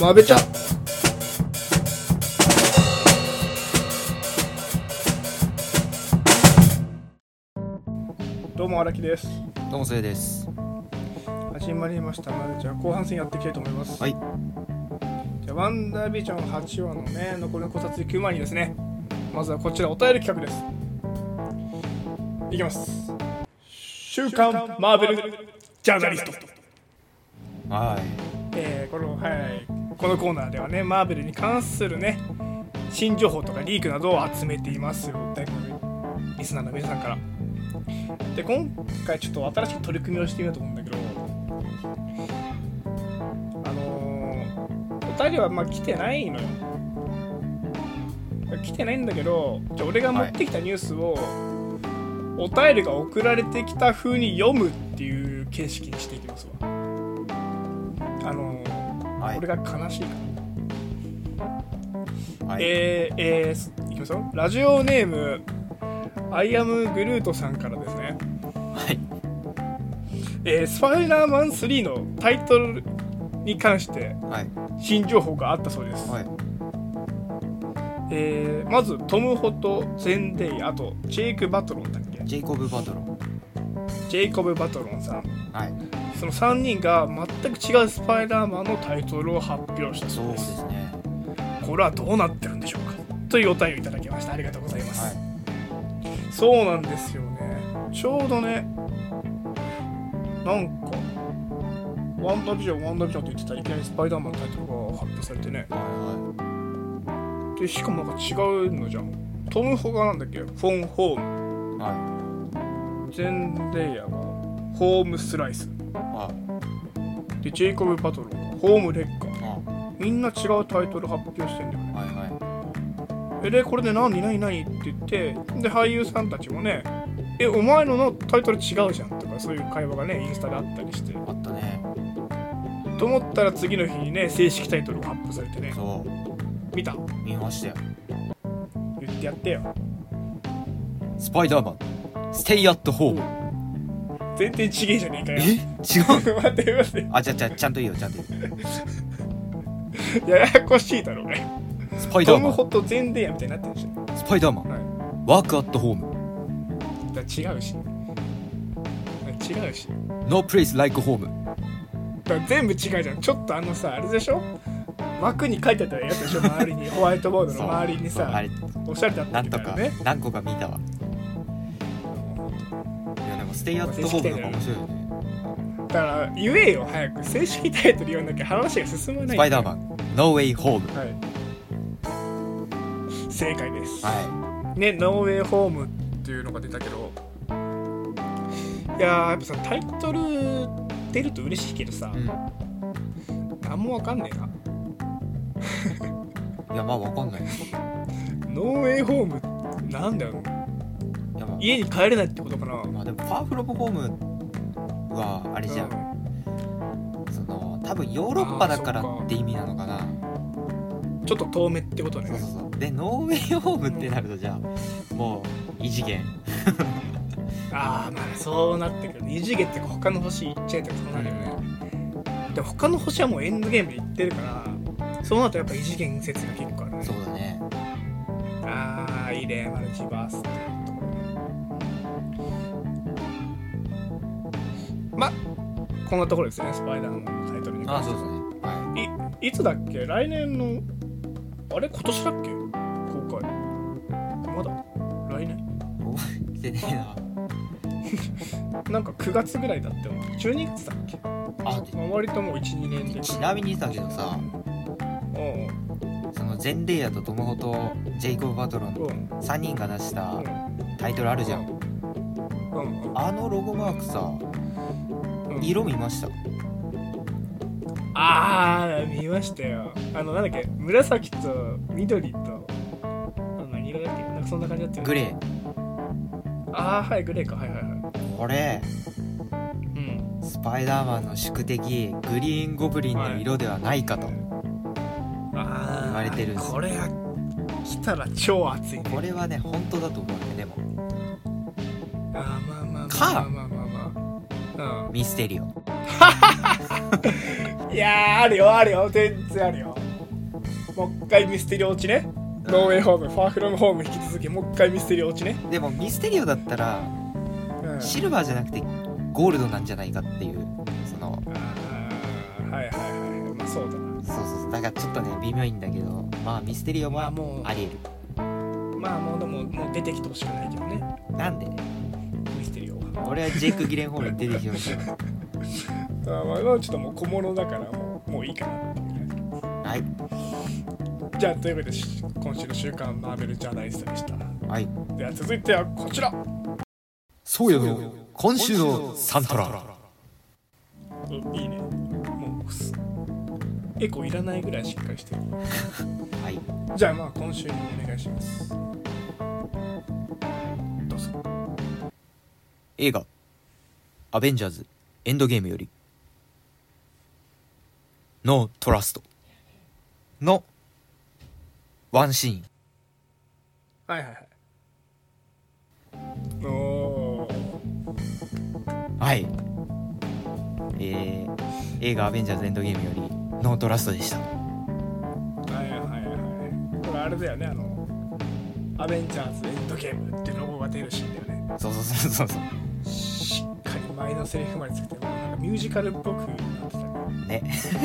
まべちゃどうも荒木です。 どうもせいです。 始まりました。まべちゃ後半戦やっていきたいと思います。 はい。 じゃあワンダービジョン8話のね残りの考察行く前にですね、まずはこちらお便り企画です。いきます。週刊マーベルジャーナリスト。 はい。 このコーナーではねマーベルに関するね新情報とかリークなどを集めていますよ。リスナーの皆さんから。で今回ちょっと新しく取り組みをしてみようと思うんだけど、お便りは来てないのよ。来てないんだけど、俺が持ってきたニュースを、お便りが送られてきた風に読むっていう形式にしていきますわ。これが悲しいから。はい、いきますよ。ラジオネームアイアムグルートさんからですね。 はい。 スパイダーマン3のタイトルに関して新情報があったそうです。はい。まずトム・ホとゼンデイ、あとジェイク・バトロンだっけ？ ジェイコブ・バトロン。 ジェイコブ・バトロンさん。 はい。 その3人が全く違うスパイダーマンのタイトルを発表したそうです。 そうですね。これはどうなってるんでしょうかというお便りいただきました。ありがとうございます。はい、そうなんですよね。ちょうどね、なんかワンダービジョンって言ってたらいきなりスパイダーマンのタイトルが発表されてね。はいはい。でしかもなんか違うのじゃん。トム・ホがなんだっけ？フォン・ホーム。はい。ゼンデイヤがホームスライス。はい。でジェイコブ・バトロンがホーム・レッカー。みんな違うタイトル発表してんだよね。はいはい。でこれで何って言って、で俳優さんたちもね、お前のタイトル違うじゃんとかそういう会話がねインスタであったりして。 あったね。 と思ったら次の日にね正式タイトルが発表されてね。そう。見た？ 見ましたよ。 言ってやってよ。 スパイダーマンステイアットホーム。 全然違えじゃねえかよ。 違う待ってあ、じゃちゃんといいよ、ちゃんといいよ。 ややこしいだろね。 スパイダーマントム・ホとゼンデイヤみたいになってるじゃん。 スパイダーマン、はい、ワークアットホーム。 だ違うしノープレイスライクホーム。 だ全部違うじゃん。ちょっとあれでしょ、枠に書いてあったやつでしょ。周りにホワイトボードの周りにさおしゃれだったんだよね。 何個か見たわ。いやでもステイアットホームの方が面白いよね。 だから言えよ早く。正式タイトル言わなきゃ話が進まない。 スパイダーマンノーウェイホーム。はい、 正解です。 はいね、ノーウェイホームっていうのが出たけど、いややっぱさタイトル出ると嬉しいけどさ、なんもわかんねえな。 いやわかんない。 ノーウェイホームなんだよ。家に帰れないってことかな。 でもファーフロムホームはあれじゃん、その多分ヨーロッパだからって意味なのかな。 ちょっと遠目ってことね。 そうでノーウェイホームってなるとじゃあもう異次元。 そうなってくる。異次元って他の星行っちゃえとかそうなるよね。でも他の星はもうエンドゲームで行ってるから、そうなるとやっぱ異次元説が結構あるね。 そうだね。 いいね、マルチバースってところ。こんなところですね、スパイダーマンのタイトルに関して。 そうですね。 はい。いつだっけ？来年の今年だっけ？公開。まだ来年？ 覚えてねえな。 なんか9月ぐらいだったよ。12月だっけ？割ともう 1,2 年で。 ちなみにだけどさ、そのゼンデイヤとトムホとジェイコブ・バトロン3人が出したタイトルあるじゃん。あのロゴマークさ、色見ました？ 見ましたよ。なんだっけ、紫と緑と何色だっけ、なんかそんな感じだったよね。 グレー。 はい、グレーか。はい。 これ、スパイダーマンの宿敵グリーンゴブリンの色ではないかと言われてるんです。 これが来たら超熱いね。 これはね本当だと思うね。でもミステリオ。 いやー、あるよあるよ、全然あるよ。もう一回ミステリオ落ちね。ノーウェイホーム、ファーフロムホーム引き続きもう一回ミステリオ落ちね。 でもミステリオだったら、シルバーじゃなくてゴールドなんじゃないかっていう、そのはいはいはい、まあそうだな。 そうだからちょっとね微妙いんだけど、まあミステリオはあり得る。 まあもうでも出てきてほしくないけどね。 なんでミステリオは。 俺はジェイク・ギレンホールに出てきてほしい。 まあちょっともう小物だからもういいかなっていう感じ。 はい。 じゃあというわけで今週の週刊マーベルジャーナリストでした。 はい。 では続いてはこちら。 そうよの今週のサントラ。 いいね。もうエコいらないぐらいしっかりしてる。 はい。 じゃあまあ今週にお願いします。どうぞ。 映画アベンジャーズエンドゲームよりノートラストのワンシーン。 はいはいはい。おー。 はい。映画アベンジャーズエンドゲームよりノートラストでした。 はいはいはい。これあれだよね、アベンジャーズエンドゲームってロゴが出るシーンだよね。 そうしっかり前のセリフまでつけて、なんかミュージカルっぽくなってたね。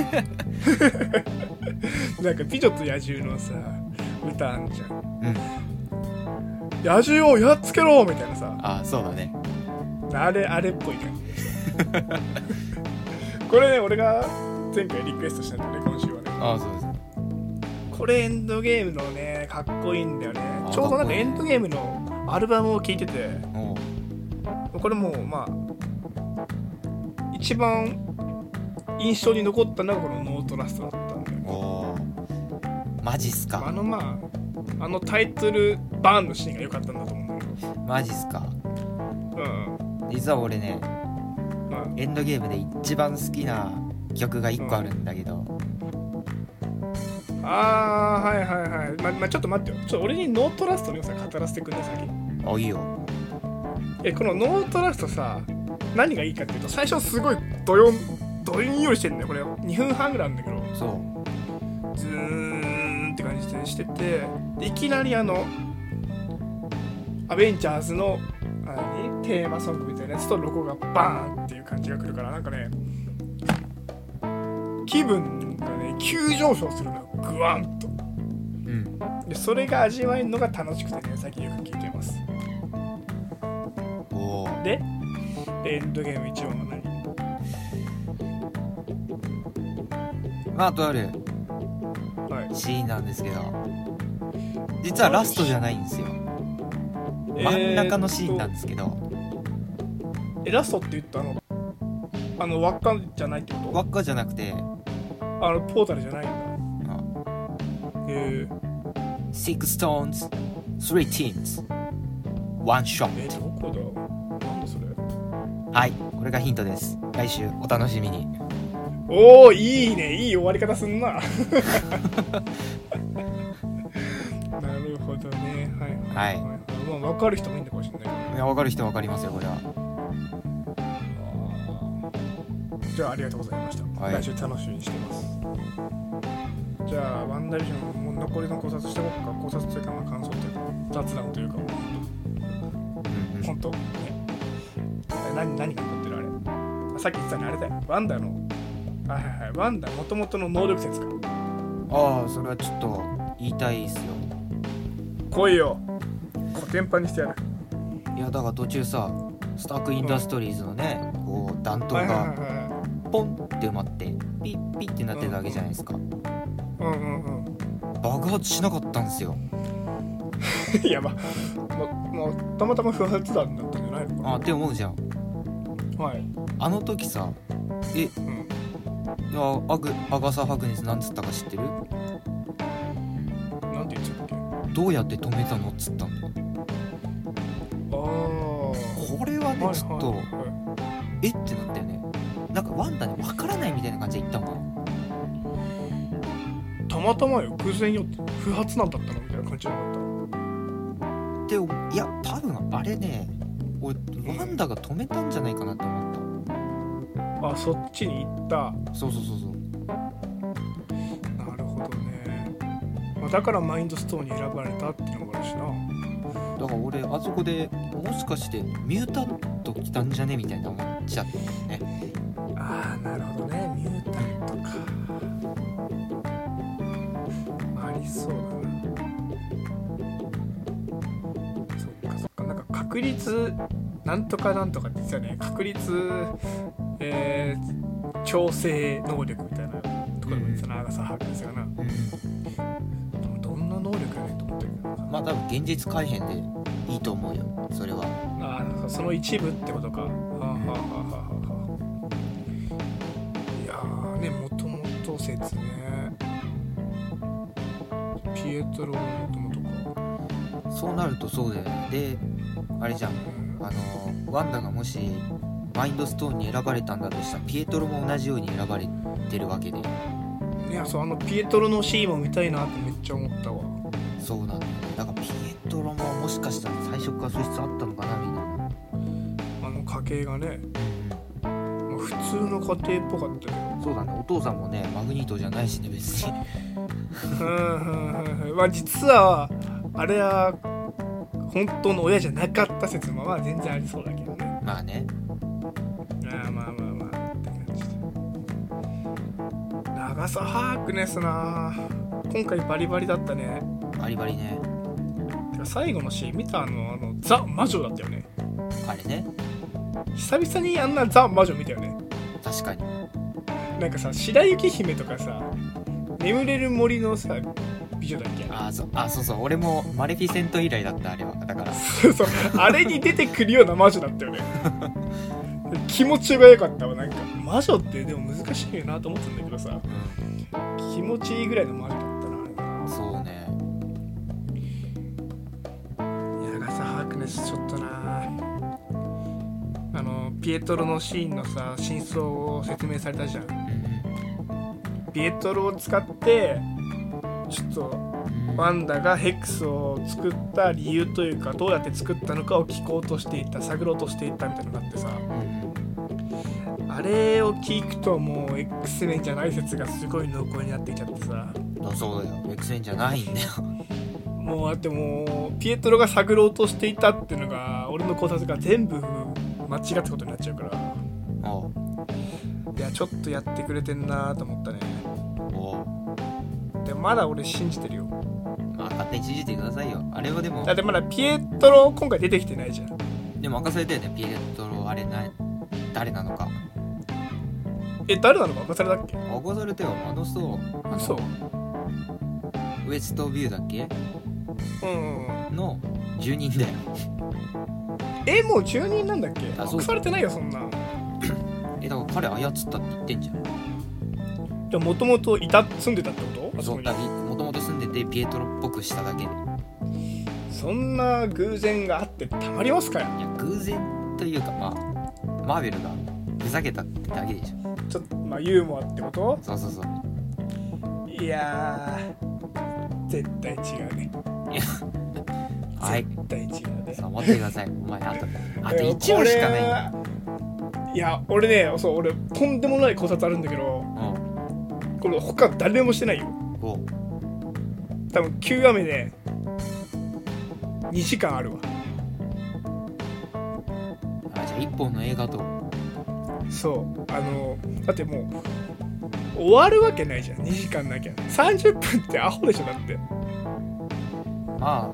なんか美女と野獣のさ歌あんじゃん。 うん。 野獣をやっつけろみたいなさ。 あ、そうだね。 あれっぽい感じでしたこれね、俺が前回リクエストしたんだよね、今週はね。 あ、そうです。 これエンドゲームのね、かっこいいんだよね。ちょうどなんかエンドゲームのアルバムを聴いてて、これもうまあ一番印象に残ったのがこのノートラストだったんだよね。 おー、マジっすか。 あのタイトルバーンのシーンが良かったんだと思うんだけど。 マジっすか。 うん。 実は俺ね、エンドゲームで一番好きな曲が1個あるんだけど、 あー、はいはいはい。ちょっと待ってよ。俺にノートラストの良さ語らせてくんね、先。 あ、いいよ。 このノートラストさ、何がいいかっていうと、最初すごいどんよりしてんだよ。これ2分半ぐらいあるんだけど、 そうズーンって感じでしてて、でいきなりアベンジャーズのテーマソングみたいなやつとロゴがバーンっていう感じが来るから、なんかね、気分がね急上昇するのよ、グワンと。でそれが味わえるのが楽しくてね、最近よく聞いてます。 おー。 でエンドゲーム一番は何？ あとあるシーンなんですけど、実はラストじゃないんですよ。真ん中のシーンなんですけど、 ラストって言った輪っかじゃないってこと？ 輪っかじゃなくてポータルじゃないんだ。 6 stones 3 teams 1 shot。 どこだ？なんだそれ。 はい、これがヒントです。来週お楽しみに。 おー、いいね、いい終わり方すんななるほどね。はい、まあ、分かる人もいいんだかもしれないけど。 いや、分かる人は分かりますよ、これは。 じゃあありがとうございました、はい、来週楽しみにしてます。じゃあワンダービジョンも残りの考察しておこうか。考察というか、まあ感想というか雑談というか、本当ね。何が残ってるあれ。さっき言ってたね、あれだよ。ワンダのワンダ元々の能力説か。 ああ、それはちょっと言いたいっすよ。 来いよ、コテンパンにしてやる。 いや、だから途中さ、スタークインダストリーズのね、こう弾頭がポンって埋まってピッピッってなってたわけじゃないですか。爆発しなかったんですよ。 いや、まあたまたま不発弾だったんじゃないのかな。 って思うじゃん。 はい。 あの時さ、いや、アガサ・ハグネスなんつったか知ってる？ なんて言っちゃったっけ？ どうやって止めたのっつったんだよ。これはね、ちょっとってなったよね。なんかワンダに分からないみたいな感じで言ったのかな。 たまたまよ、偶然よって不発なんだったのみたいな感じじゃなかった。 いや、多分あれね、俺ワンダが止めたんじゃないかなって思った。 そっちに行った。 そう。 まあ、だからマインドストーンに選ばれたっていうのもあるしな。 だから俺あそこでもしかしてミュータント来たんじゃねみたいな思っちゃってね。 ああなるほどね、ミュータントか、ありそうだな。そっかそっか、なんか確率なんとかなんとかって言ってたね。確率、調整能力みたいなところも言ってたな、アガサ・ハークネスがな。どんな能力やねんと思ったけど、 まあ多分現実改変でいいと思うよ、それは。 ああ、その一部ってことか。はあはあはあはあ。いやーね、もともと説ね、ピエトロのもともとか。 そうなるとそうだよね。であれじゃん、ワンダがもしマインドストーンに選ばれたんだとしたらピエトロも同じように選ばれてるわけで。 いや、そう、ピエトロのシーンも見たいなってめっちゃ思ったわ。 そうなんだよね。だからピエトロももしかしたら最初から素質あったのかなみんな。 家系がね、普通の家庭っぽかったけど。 そうだね、お父さんもねマグニートじゃないしね別に。 まあ実はあれは本当の親じゃなかった説もまあ全然ありそうだけどね。 まあね。 まあって感じで。長さハークネスな、今回バリバリだったね。 バリバリね。 最後のシーン見たザ・魔女だったよね。 あれね、 久々にあんなザ・魔女見たよね。 確かに。 なんかさ、白雪姫とかさ、眠れる森のさ美女だっけ。 そうそう、俺もマレフィセント以来だった、あれは。だからそうあれに出てくるような魔女だったよね。気持ちが良かったわ。なんか魔女ってでも難しいよなと思ってたんだけどさ、気持ちいいぐらいの魔女だったな。 そうね。 長さハークネスちょっとな、ピエトロのシーンのさ真相を説明されたじゃん。ピエトロを使ってちょっとワンダがヘックスを作った理由というか、どうやって作ったのかを聞こうとしていた、探ろうとしていたみたいなのがあってさ、あれを聞くともう X メンじゃない説がすごい濃厚になってきちゃってさ。 そうだよ、X メンじゃないんだよ。 もうだってもうピエトロが探ろうとしていたっていうのが俺の考察が全部間違ったことになっちゃうから。いやちょっとやってくれてんなと思ったね。でもまだ俺信じてるよ。 まあ勝手に信じてくださいよ。あれはでもだってまだピエトロ今回出てきてないじゃん。 でも明かされたよね、ピエトロあれ誰なのか。 誰なのか明かされたっけ。 明かされたよ。 そうウエストビューだっけ、の住人だよ。 もう住人なんだっけ。明かされてないよそんな。 だから彼操ったって言ってんじゃん。 じゃあもともと住んでたってこと。 そうだ、もともと住んでてピエトロっぽくしただけで。 そんな偶然があってたまりますかよ。 いや偶然というか、まあマーベルがふざけたってだけでしょ。 ちょっとまあユーモアってこと。 そういやー絶対違うね。 はい、 絶対違うね。 そう思ってください。お前あと1話しかないんだ。 いや俺ね、俺とんでもない考察あるんだけど、これ他誰もしてないよ。多分9話目で2時間あるわ。 じゃあ1本の映画と。 そうだってもう終わるわけないじゃん。2時間なきゃ30分ってアホでしょ。だってまあ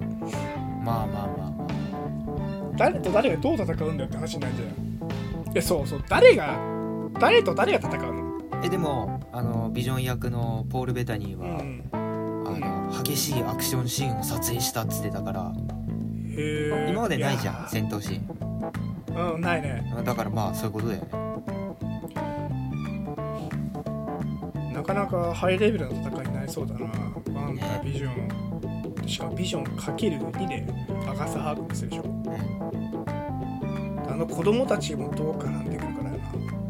誰と誰がどう戦うんだよって話になるじゃん。そう誰と誰が戦うの。 でもビジョン役のポール・ベタニーは、激しいアクションシーンを撮影したっつってたから。今までないじゃん戦闘シーン。 ないね。 だからまあそういうことだよね。 なかなかハイレベルな戦いになりそうだな。ワンダビジョン、しかもビジョン ×2 でアガサ・ハークネスでしょ。子供たちもどう絡んでくるからな。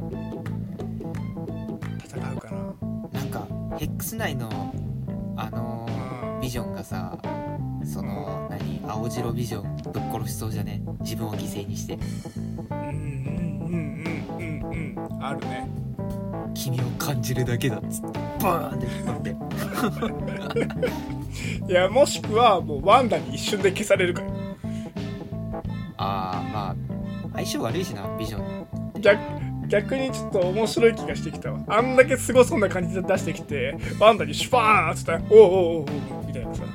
戦うかな。 なんかヘックス内のビジョンがさ、青白ビジョンぶっ殺しそうじゃね。自分を犠牲にして。 あるね。 君を感じるだけだっつってバーンって引っ張っていや、もしくはもうワンダに一瞬で消されるから。 まあ相性悪いしな、ビジョン。 逆にちょっと面白い気がしてきたわ。あんだけすごそうな感じで出してきて、ワンダにシュパーンっつったら、おうおうおうみたいなさ。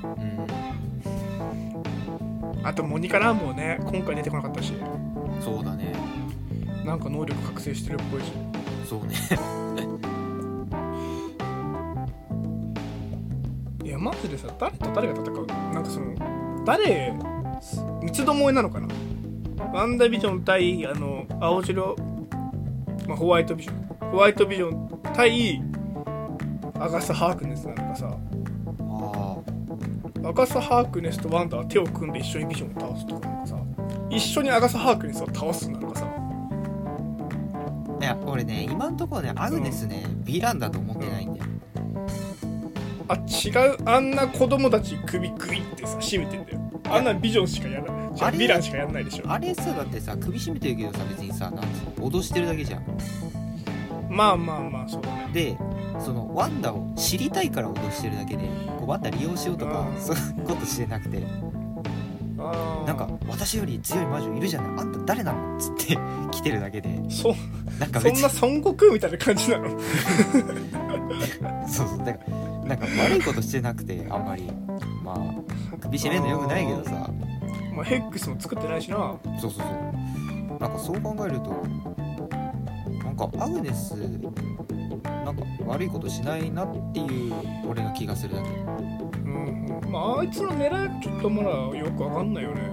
あとモニカランボーね、今回出てこなかったし。 そうだね。 なんか能力覚醒してるっぽいし。 そうね。 いやマジでさ、誰と誰が戦うの？なんかその誰三つどもえなのかな。ワンダービジョン対青白、ホワイトビジョン対アガサ・ハークネスなのかさ。アガサ・ハークネスとワンダーは手を組んで一緒にビジョンを倒すとかなんかさ、一緒にアガサ・ハークネスを倒すなのかさ。 いや俺ね、今んところね、アグネスね、ヴィランだと思ってないんだよ。 違う、あんな子供たち首グイってさ締めてんだよ。あんなビジョンしかやらない、ヴィランしかやらないでしょ。 あれさ、だってさ、首絞めてるけどさ、別にさ、なんつうの、脅してるだけじゃん。 まあそうだね。 で、そのワンダを知りたいから脅してるだけで、こうワンダ利用しようとかそういうことしてなくて、なんか私より強い魔女いるじゃない、あんた誰なのっつって来てるだけで、 なんかそんな孫悟空みたいな感じなの。 そうだからなんか悪いことしてなくて、あんまり首絞めるのよくないけどさ、 ヘックスも作ってないしな。 そうなんかそう考えると、なんかアグネスなんか悪いことしないなっていう俺の気がするだけ。 あいつの狙いがちょっとまだよくわかんないよね。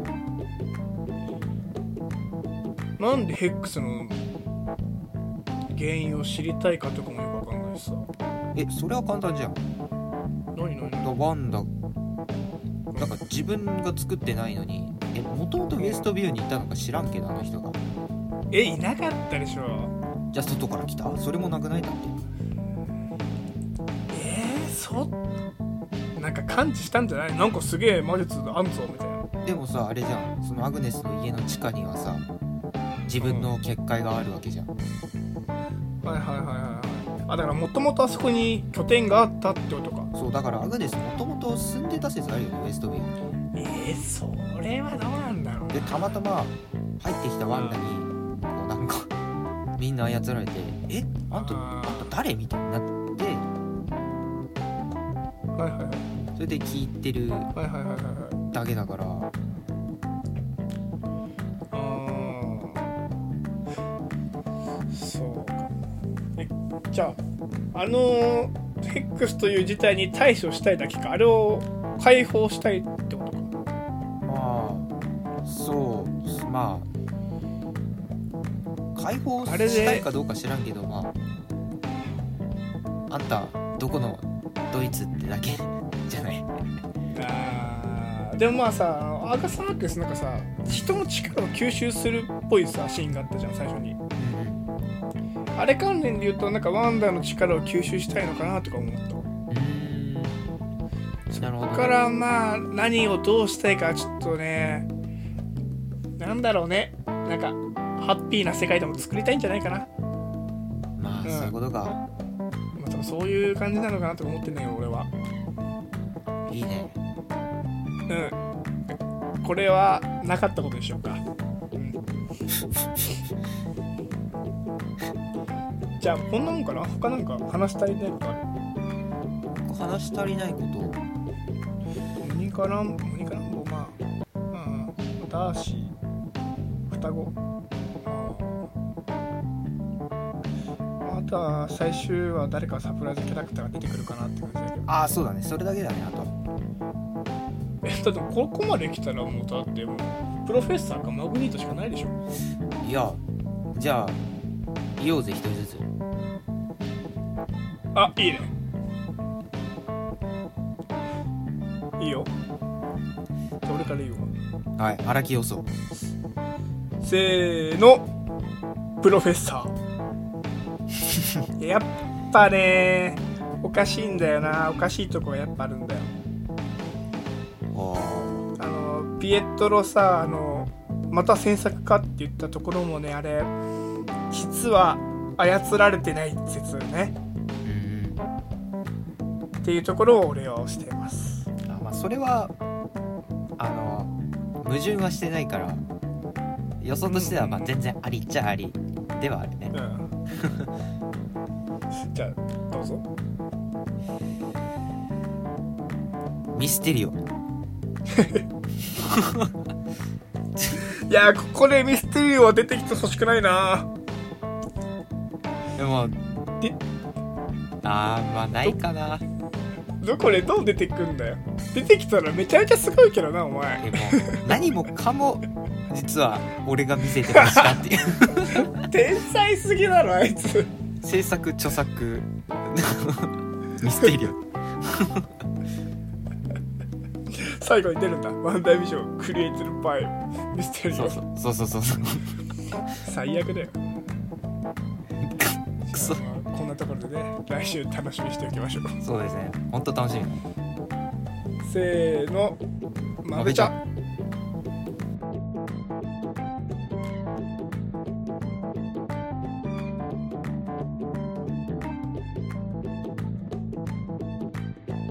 なんでヘックスの原因を知りたいかとかもよくわかんないしさ。 それは簡単じゃん。 何ワンダなんか自分が作ってないのに、もともとウエストビューにいたのか知らんけど、あの人がいなかったでしょ。 じゃあ外から来た？それもなくないだって。 なんか感知したんじゃない？なんかすげえ魔術あんぞみたいな。 でもさ、あれじゃん、そのアグネスの家の地下にはさ、自分の結界があるわけじゃん。 だからもともとあそこに拠点があったってことか。 そうだから、アグネスもともと住んでた説あるよね、ウエストビュー。それはどうなんだろう。 でたまたま入ってきたワンダにこうなんかみんな操られて、あんた誰みたいになって、それで聞いてるだけだから。 そうか。じゃあヘックスという事態に対処したいだけか、あれを解放したいってことか。 解放したいかどうか知らんけど、あんたどこのドイツってだけじゃない。 でもさ、アガサ・ハークネスなんかさ、人の力を吸収するっぽいさシーンがあったじゃん、最初に。あれ関連で言うと、なんかワンダーの力を吸収したいのかなとか思った。 なるほど。 そこから何をどうしたいかちょっとね、なんだろうね、なんかハッピーな世界でも作りたいんじゃないかな。 そういうことか。 多分そういう感じなのかなと思ってんだよ、俺は。 いいね。 これはなかったことでしょうか。じゃあこんなもんかな。他なんか話し足りないことある？ 話し足りないこと。 モニカランボ、ダーシー、双子。あとは最終は誰かサプライズキャラクターが出てくるかなって感じだけど。 そうだね、それだけだね。あとだってここまで来たらもうだってもうプロフェッサーかマグニートしかないでしょ。 いや、じゃあいようぜ、一人ずつ。 いいね。いいよ。じゃあ俺から言うわ。はい、荒木予想。 せーの、プロフェッサー。やっぱね、おかしいんだよな。おかしいとこがやっぱあるんだよ。ピエトロさ、また詮索かって言ったところもね、あれ実は操られてない説ね。 っていうところを俺はしています。 まあそれは矛盾はしてないから予想としてはまあ全然ありっちゃありではあるね。 じゃあどうぞ。 ミステリオ。 いやここでミステリオは出てきてほしくないな。 でもまあないかな。 どこでどう出てくんだよ。出てきたらめちゃめちゃすごいけどなお前。 でも何もかも実は俺が見せてましたっていう天才すぎだろあいつ。 制作著作ミステリオ最後に出るんだ。ワンダービジョンクリエイティブバイミステリオ。 そう最悪だよ。 クソ。 こんなところでね来週楽しみにしておきましょう。 そうですね、ほんと楽しみ。 せーの、まべちゃ。